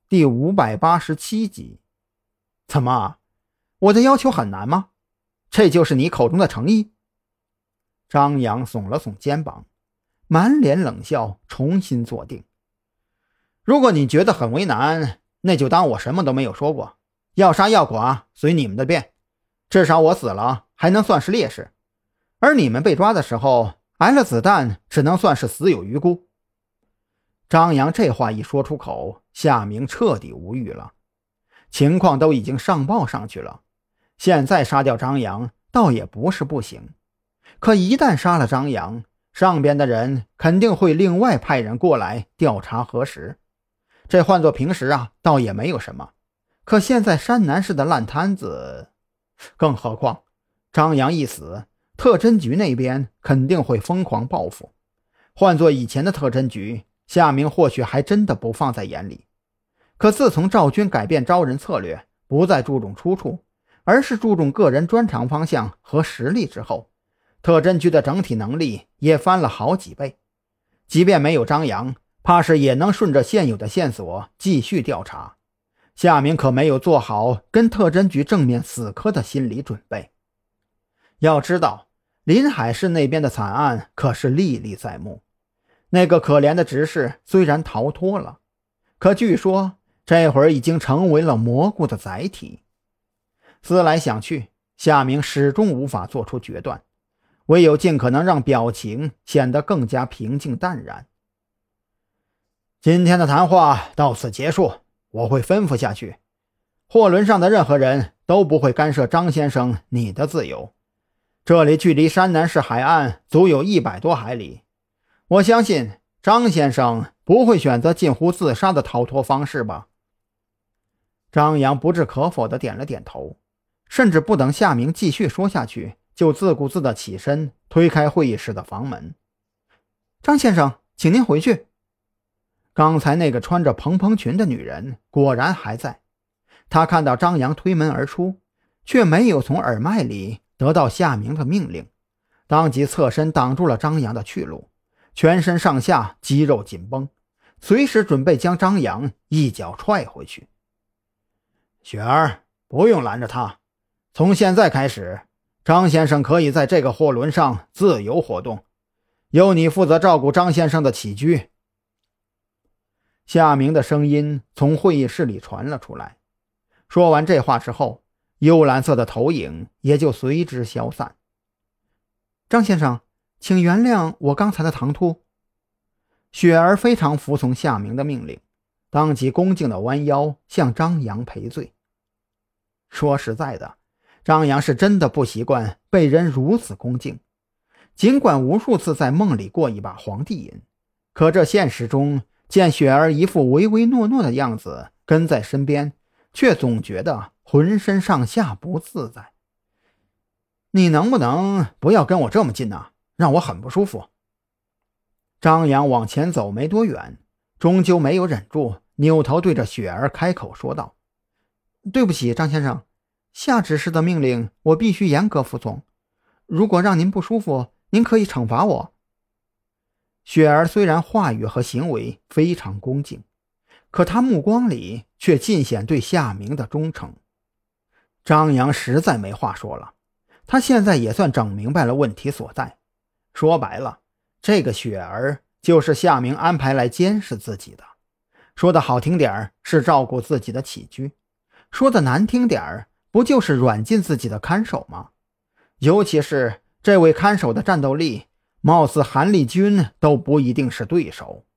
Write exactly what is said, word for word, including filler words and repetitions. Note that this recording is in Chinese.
第五百八十七集。怎么，我的要求很难吗？这就是你口中的诚意？张扬耸了耸肩膀，满脸冷笑，重新坐定。如果你觉得很为难，那就当我什么都没有说过，要杀要剐随你们的便，至少我死了还能算是烈士，而你们被抓的时候挨了子弹，只能算是死有余辜。张扬这话一说出口，夏明彻底无语了。情况都已经上报上去了，现在杀掉张扬倒也不是不行，可一旦杀了张扬，上边的人肯定会另外派人过来调查核实。这换作平时啊，倒也没有什么，可现在山南市的烂摊子，更何况张扬一死，特侦局那边肯定会疯狂报复。换作以前的特侦局，夏明或许还真的不放在眼里，可自从赵军改变招人策略，不再注重出处，而是注重个人专长方向和实力之后，特侦局的整体能力也翻了好几倍。即便没有张扬，怕是也能顺着现有的线索继续调查。夏明可没有做好跟特侦局正面死磕的心理准备。要知道，临海市那边的惨案可是历历在目。那个可怜的执事虽然逃脱了，可据说这会儿已经成为了蘑菇的载体。思来想去，夏明始终无法做出决断，唯有尽可能让表情显得更加平静淡然。今天的谈话到此结束，我会吩咐下去，货轮上的任何人都不会干涉张先生你的自由。这里距离山南市海岸足有一百多海里，我相信张先生不会选择近乎自杀的逃脱方式吧？张扬不置可否地点了点头，甚至不等夏明继续说下去，就自顾自地起身推开会议室的房门。张先生，请您回去。刚才那个穿着蓬蓬裙的女人果然还在，她看到张扬推门而出，却没有从耳麦里得到夏明的命令，当即侧身挡住了张扬的去路，全身上下肌肉紧绷，随时准备将张扬一脚踹回去。雪儿，不用拦着他，从现在开始，张先生可以在这个货轮上自由活动，由你负责照顾张先生的起居。夏明的声音从会议室里传了出来。说完这话之后，幽蓝色的投影也就随之消散。张先生，请原谅我刚才的唐突。雪儿非常服从夏明的命令，当即恭敬地弯腰向张扬赔罪。说实在的，张扬是真的不习惯被人如此恭敬，尽管无数次在梦里过一把皇帝瘾，可这现实中见雪儿一副唯唯诺诺的样子跟在身边，却总觉得浑身上下不自在。你能不能不要跟我这么近啊，让我很不舒服。张扬往前走没多远，终究没有忍住，扭头对着雪儿开口说道：对不起，张先生，下指示的命令我必须严格服从，如果让您不舒服，您可以惩罚我。雪儿虽然话语和行为非常恭敬，可她目光里却尽显对夏明的忠诚。张扬实在没话说了，他现在也算整明白了问题所在。说白了，这个雪儿就是夏明安排来监视自己的，说的好听点是照顾自己的起居，说的难听点不就是软禁自己的看守吗？尤其是这位看守的战斗力，貌似韩立军都不一定是对手。